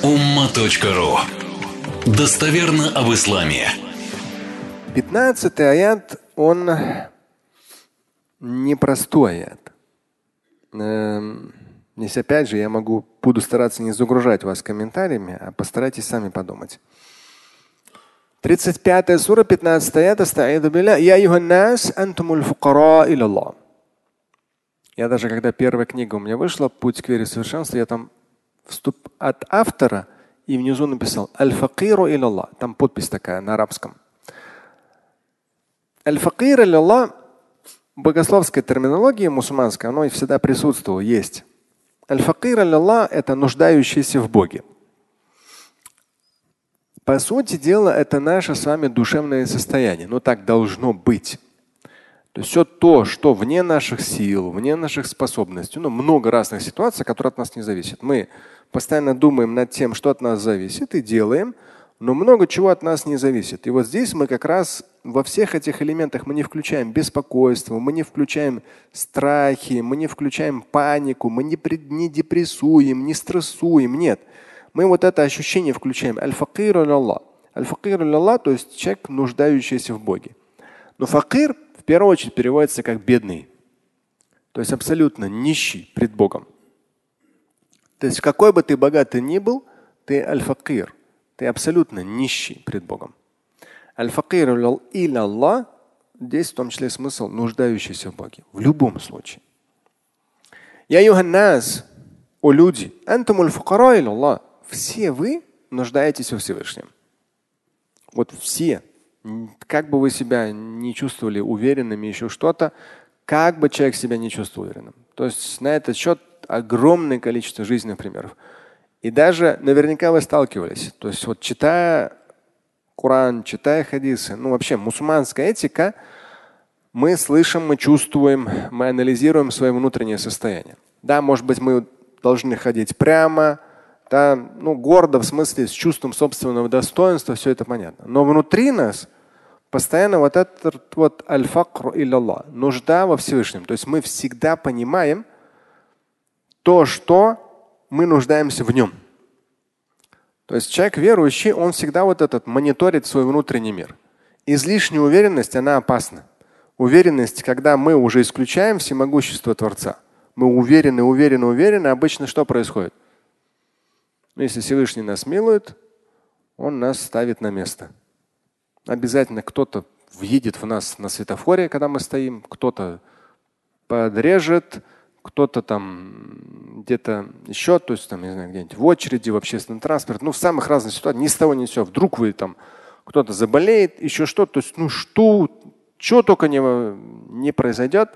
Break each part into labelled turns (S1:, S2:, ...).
S1: umma.ru. Достоверно об исламе.
S2: 15-й аят, он непростой аят. Здесь опять же буду стараться не загружать вас комментариями, а постарайтесь сами подумать. 35-я сура, 15 аят. Астаиду билля. Я юханнас антумуль фукара илаллах. Я даже, когда первая книга у меня вышла, «Путь к вере в совершенство», я там от автора и внизу написал «Аль-факиру илаллах». Там подпись такая на арабском. Аль-факир илаллах, богословская терминология мусульманская, оно всегда присутствовало, есть. Аль-факир илаллах – это нуждающийся в Боге. По сути дела, это наше с вами душевное состояние. Но так должно быть. То есть все то, что вне наших сил, вне наших способностей, много разных ситуаций, которые от нас не зависят. Мы постоянно думаем над тем, что от нас зависит, и делаем, но много чего от нас не зависит. И вот здесь мы как раз во всех этих элементах мы не включаем беспокойство, мы не включаем страхи, мы не включаем панику, мы не депрессуем, не стрессуем. Нет. Мы вот это ощущение включаем. Аль-факир илаллах. Аль-факир илаллах, то есть человек, нуждающийся в Боге. Но факир в первую очередь переводится как бедный. То есть абсолютно нищий пред Богом. То есть какой бы ты богатый ни был, ты аль-факир. Ты абсолютно нищий пред Богом. Аль-факир илаллах, здесь в том числе смысл нуждающийся в Боге. В любом случае. Я юханнас, о люди, антумуль фукара илаллах. Все вы нуждаетесь во Всевышнем. Вот все. Как бы вы себя не чувствовали уверенными, еще что-то, как бы человек себя не чувствовал уверенным. То есть на этот счет огромное количество жизненных примеров. И даже наверняка вы сталкивались. То есть вот читая Коран, читая хадисы, вообще мусульманская этика, мы слышим, мы чувствуем, мы анализируем свое внутреннее состояние. Да, может быть, мы должны ходить прямо, да, гордо, в смысле с чувством собственного достоинства, все это понятно. Но внутри нас постоянно вот этот вот аль-факр илаллах, нужда во Всевышнем. То есть мы всегда понимаем то, что мы нуждаемся в нем. То есть человек верующий, он всегда мониторит свой внутренний мир. Излишняя уверенность, она опасна. Уверенность, когда мы уже исключаем всемогущество Творца. Мы уверены, обычно что происходит? Если Всевышний нас милует, он нас ставит на место. Обязательно кто-то въедет в нас на светофоре, когда мы стоим, кто-то подрежет, кто-то там где-то еще, то есть не знаю, где-нибудь в очереди, в общественном транспорте, в самых разных ситуациях, ни с того ни с сего. Вдруг вы там кто-то заболеет, еще что-то, то есть что только не произойдет,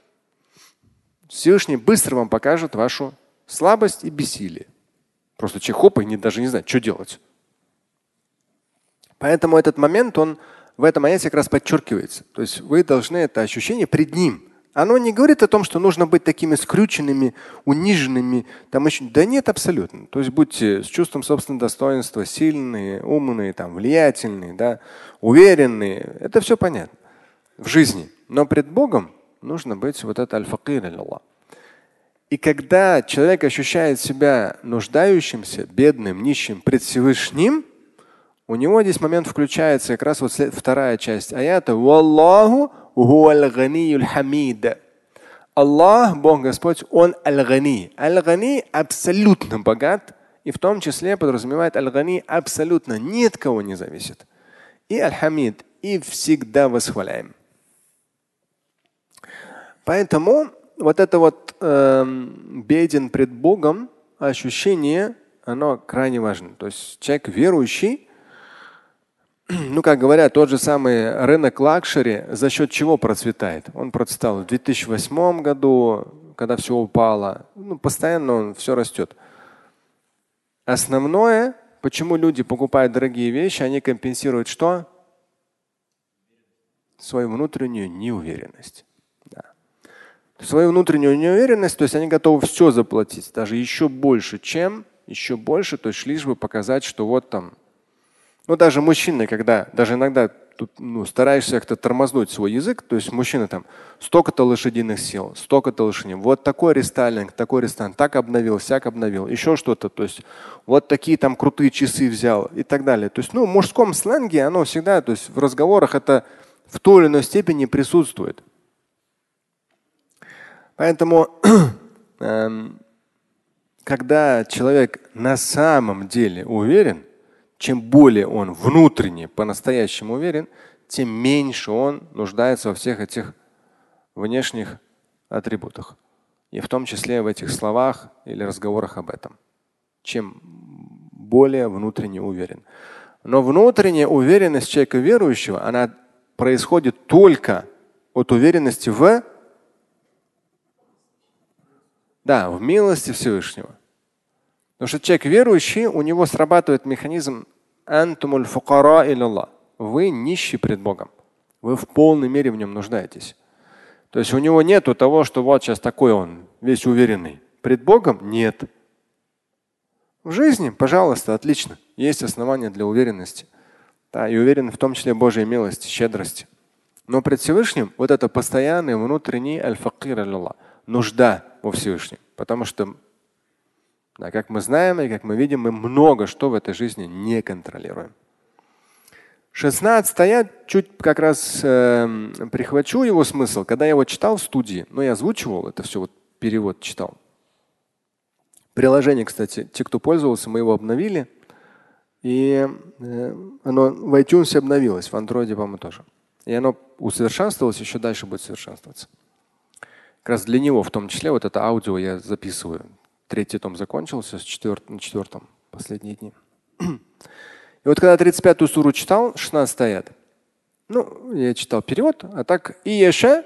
S2: Всевышний быстро вам покажет вашу слабость и бессилие. Просто человек и даже не знает, что делать. Поэтому этот момент, он в этом аяте как раз подчеркивается. То есть вы должны это ощущение пред ним. Оно не говорит о том, что нужно быть такими скрюченными, униженными. Да нет, абсолютно. То есть будьте с чувством собственного достоинства, сильные, умные, влиятельные, да, уверенные. Это все понятно в жизни. Но пред Богом нужно быть вот это аль-факир илаллах. И когда человек ощущает себя нуждающимся, бедным, нищим пред Всевышним, у него здесь момент включается как раз вторая часть аята. Валлаху хуаль ганиюль хамид. Аллах, Бог Господь, Он аль-гани. Аль-гани абсолютно богат, и в том числе подразумевает аль-гани абсолютно ни от кого не зависит. И аль-хамид, и всегда восхваляем. Поэтому беден пред Богом ощущение, оно крайне важно. То есть человек верующий, как говорят, тот же самый рынок лакшери за счет чего процветает? Он процветал в 2008 году, когда все упало. Постоянно все растет. Основное, почему люди покупают дорогие вещи, они компенсируют что? Свою внутреннюю неуверенность. Свою внутреннюю неуверенность, то есть они готовы все заплатить, даже еще больше, то есть лишь бы показать, что даже мужчины, когда даже иногда тут, стараешься как-то тормознуть свой язык, то есть мужчина там столько-то лошадиных сил, столько-то лошадиных, вот такой рестайлинг, так обновил, сяк обновил, еще что-то, то есть вот такие там крутые часы взял и так далее. То есть, в мужском сленге оно всегда, то есть в разговорах это в той или иной степени присутствует. Поэтому, когда человек на самом деле уверен, чем более он внутренне по-настоящему уверен, тем меньше он нуждается во всех этих внешних атрибутах. И в том числе в этих словах или разговорах об этом. Чем более внутренне уверен. Но внутренняя уверенность человека верующего, она происходит только от уверенности в милости Всевышнего. Потому что человек верующий, у него срабатывает механизм антумуль фукара илlallah. Вы нищий пред Богом. Вы в полной мере в нем нуждаетесь. То есть у него нету того, что вот сейчас такой он, весь уверенный. Пред Богом нет. В жизни, пожалуйста, отлично. Есть основания для уверенности. Да, и уверен в том числе в Божьей милости, щедрости. Но пред Всевышним вот это постоянный внутренний аль-факир илlallah. Нужда во Всевышнем. Потому что как мы знаем и как мы видим, мы много что в этой жизни не контролируем. 16 аят, чуть как раз прихвачу его смысл. Когда я его читал в студии, я озвучивал, это все перевод читал. Приложение, кстати, те, кто пользовался, мы его обновили. И оно в iTunes обновилось, в Android, по-моему, тоже. И оно усовершенствовалось, еще дальше будет совершенствоваться. Как раз для него в том числе вот это аудио я записываю. 3-й том закончился, на 4-м последние дни. И вот когда 35-ю суру читал, 16 аят, я читал перевод, а так если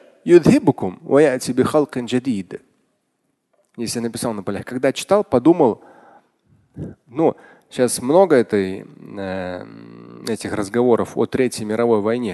S2: я написал на полях. Когда читал, подумал, сейчас много этих разговоров о Третьей мировой войне.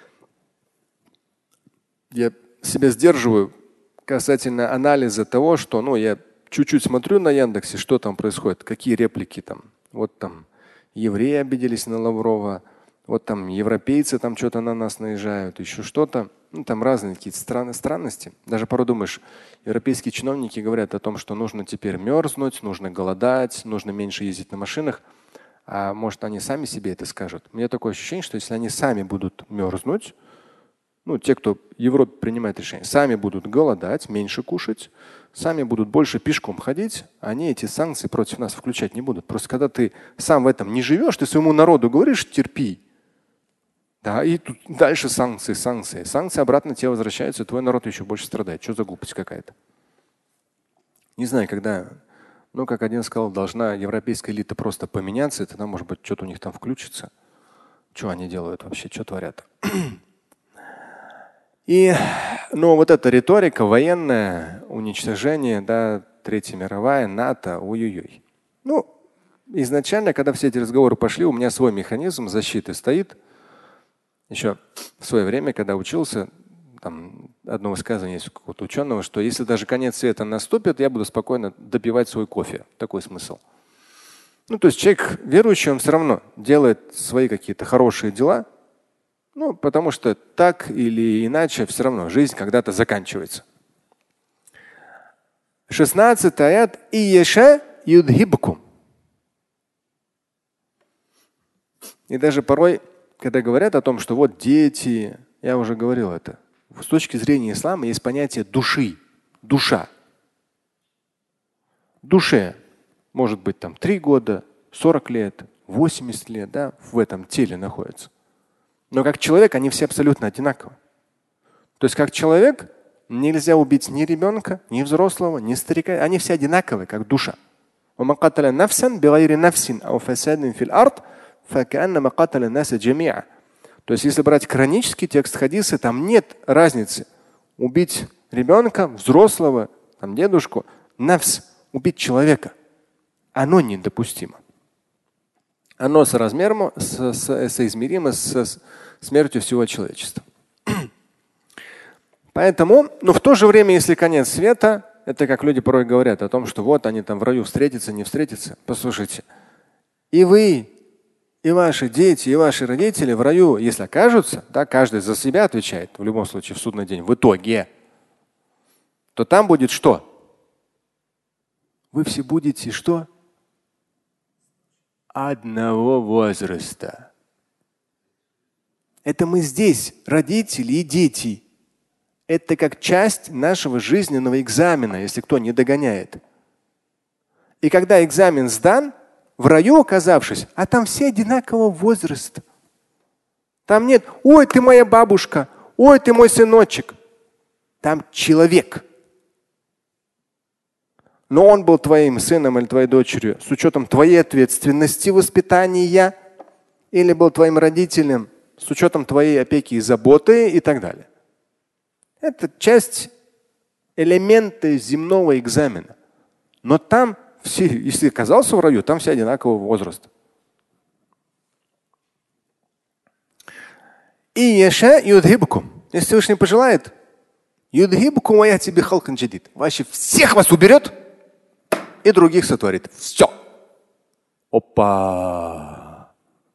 S2: Я себя сдерживаю касательно анализа того, что я чуть-чуть смотрю на Яндексе, что там происходит, какие реплики там. Вот там евреи обиделись на Лаврова, вот там европейцы там что-то на нас наезжают, еще что-то. Там разные какие-то странности. Даже порой думаешь, европейские чиновники говорят о том, что нужно теперь мерзнуть, нужно голодать, нужно меньше ездить на машинах. А может, они сами себе это скажут. У меня такое ощущение, что если они сами будут мерзнуть, те, кто в Европе принимает решения, сами будут голодать, меньше кушать, сами будут больше пешком ходить, они эти санкции против нас включать не будут. Просто когда ты сам в этом не живешь, ты своему народу говоришь терпи. Да, и тут дальше санкции. Санкции обратно тебе возвращаются, и твой народ еще больше страдает. Что за глупость какая-то? Не знаю, когда, как один сказал, должна европейская элита просто поменяться, и тогда, может быть, что-то у них там включится. Что они делают вообще, что творят? И, вот эта риторика, военное уничтожение, Третья мировая, НАТО, ой-ой-ой. Изначально, когда все эти разговоры пошли, у меня свой механизм защиты стоит. Еще в свое время, когда учился, там одно высказывание есть у какого-то ученого, что если даже конец света наступит, я буду спокойно допивать свой кофе. Такой смысл. То есть человек верующий, он все равно делает свои какие-то хорошие дела, потому что так или иначе все равно жизнь когда-то заканчивается. 16 аят. И яша юдхибкум. И даже порой, когда говорят о том, что вот дети, я уже говорил это, с точки зрения ислама есть понятие души, душа. Душе может быть там 3 года, 40 лет, 80 лет, в этом теле находится. Но как человек они все абсолютно одинаковы. То есть как человек нельзя убить ни ребенка, ни взрослого, ни старика. Они все одинаковые, как душа. То есть если брать канонический текст хадиса, там нет разницы. Убить ребенка, взрослого, дедушку, нафс, убить человека. Оно недопустимо. Оно соизмеримо с смертью всего человечества. Поэтому, в то же время, если конец света, это как люди порой говорят о том, что вот они там в раю встретятся, не встретятся. Послушайте, и вы, и ваши дети, и ваши родители в раю, если окажутся, да, каждый за себя отвечает в любом случае в судный день, в итоге, то там будет что? Вы все будете что? Одного возраста. Это мы здесь, родители и дети. Это как часть нашего жизненного экзамена, если кто не догоняет. И когда экзамен сдан, в раю оказавшись, а там все одинакового возраста. Там нет, ой, ты моя бабушка, ой, ты мой сыночек. Там человек. Но он был твоим сыном или твоей дочерью с учетом твоей ответственности, воспитания, или был твоим родителем с учетом твоей опеки и заботы и так далее. Это часть элемента земного экзамена. Но там все, если оказался в раю, там все одинакового возраста. И яша юдхибкум. Если Всевышний пожелает, юдхибкум ва яти би халкин джадид. Вообще всех вас уберет и других сотворит. Все. Опа.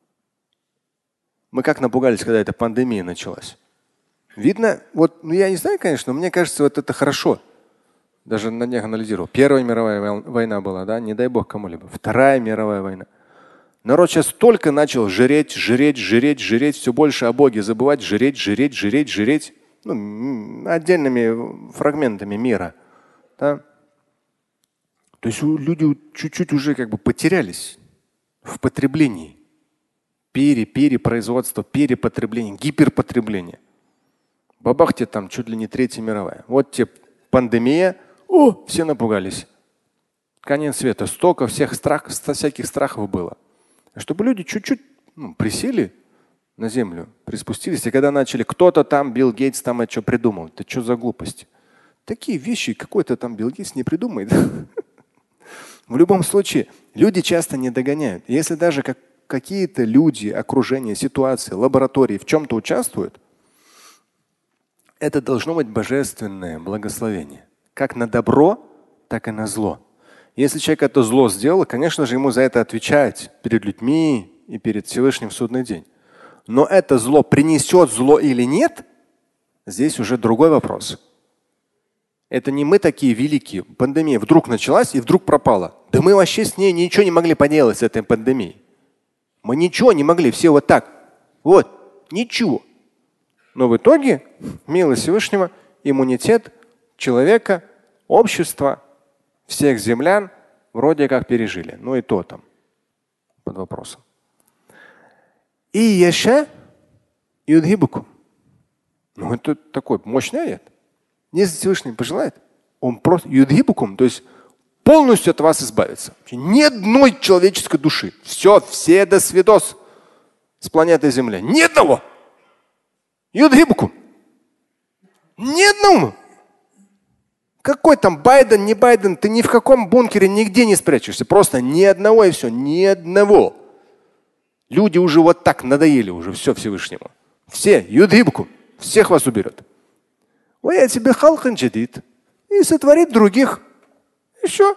S2: Мы как напугались, когда эта пандемия началась. Видно, вот, ну я не знаю, конечно, но мне кажется, вот это хорошо. Даже на днях анализировал. Первая мировая война была, да, не дай бог кому-либо. Вторая мировая война. Народ сейчас только начал жреть, все больше о Боге забывать, жреть. Ну, отдельными фрагментами мира. Да? То есть люди чуть-чуть уже как бы потерялись в потреблении. Перепроизводство, перепотребление, гиперпотребление. Бабахте там чуть ли не Третья мировая. Вот тебе пандемия, все напугались. Конец света. Столько всяких страхов было. Чтобы люди чуть-чуть присели на землю, приспустились. И когда начали, кто-то там, Билл Гейтс там это что придумал. Это что за глупости? Такие вещи какой-то там Билл Гейтс не придумает. В любом случае, люди часто не догоняют. Если даже какие-то люди, окружение, ситуации, лаборатории в чем-то участвуют, это должно быть божественное благословение. Как на добро, так и на зло. Если человек это зло сделал, конечно же, ему за это отвечать перед людьми и перед Всевышним в судный день. Но это зло принесет зло или нет, здесь уже другой вопрос. Это не мы такие великие. Пандемия вдруг началась и вдруг пропала. Да мы вообще с ней ничего не могли поделать, с этой пандемией. Мы ничего не могли, все вот так. Вот, ничего. Но в итоге, милость Всевышнего, иммунитет человека, общества, всех землян вроде как пережили. Ну и то там под вопросом. И яша юдхибуку. Ну это такой мощный аят. Если Всевышний пожелает, он просто юдхибукум, то есть полностью от вас избавится. Ни одной человеческой души. Все до свидос с планеты Земля. Ни одного. Юдхибукум. Ни одному. Какой там Байден, не Байден, ты ни в каком бункере нигде не спрячешься. Просто ни одного и все. Ни одного. Люди уже вот так надоели уже все Всевышнему. Все. Юдхибукум. Всех вас уберет. Я тебе халкан джадид. И сотворит других. И все.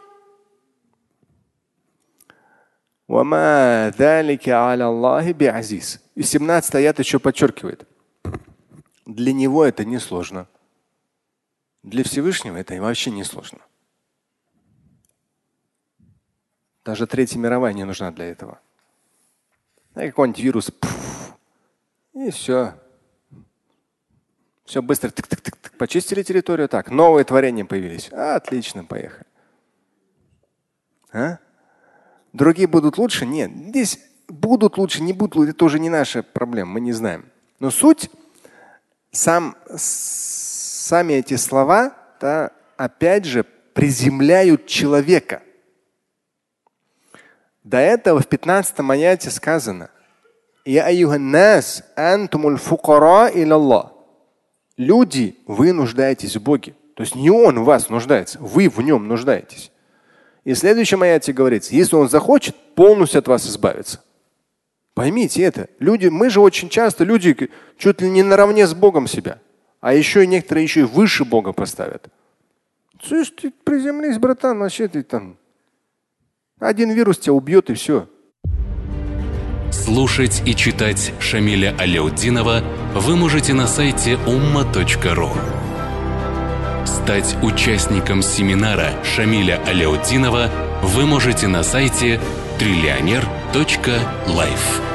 S2: И 17 аят еще подчеркивает. Для него это не сложно. Для Всевышнего это вообще не сложно. Даже Третья мировая не нужна для этого. Какой-нибудь вирус. И все. Все быстро почистили территорию. Так, новые творения появились. Отлично, поехали. Другие будут лучше? Нет. Здесь будут лучше, не будут лучше. Это уже не наша проблема, мы не знаем. Но суть, сами эти слова, да, опять же, приземляют человека. До этого в 15-м аяте сказано: «Я аюханнас антумуль фукара илаллах». Люди, вы нуждаетесь в Боге. То есть не Он в вас нуждается, вы в Нем нуждаетесь. И в следующем аяте говорится: если Он захочет, полностью от вас избавиться. Поймите это. Люди, мы же очень часто, люди чуть ли не наравне с Богом себя. А еще и некоторые еще и выше Бога поставят. Слышь, ты приземлись, братан, вообще ты там. Один вирус тебя убьет и все.
S1: Слушать и читать Шамиля Аляутдинова вы можете на сайте umma.ru. Стать участником семинара Шамиля Аляутдинова вы можете на сайте trillioner.life.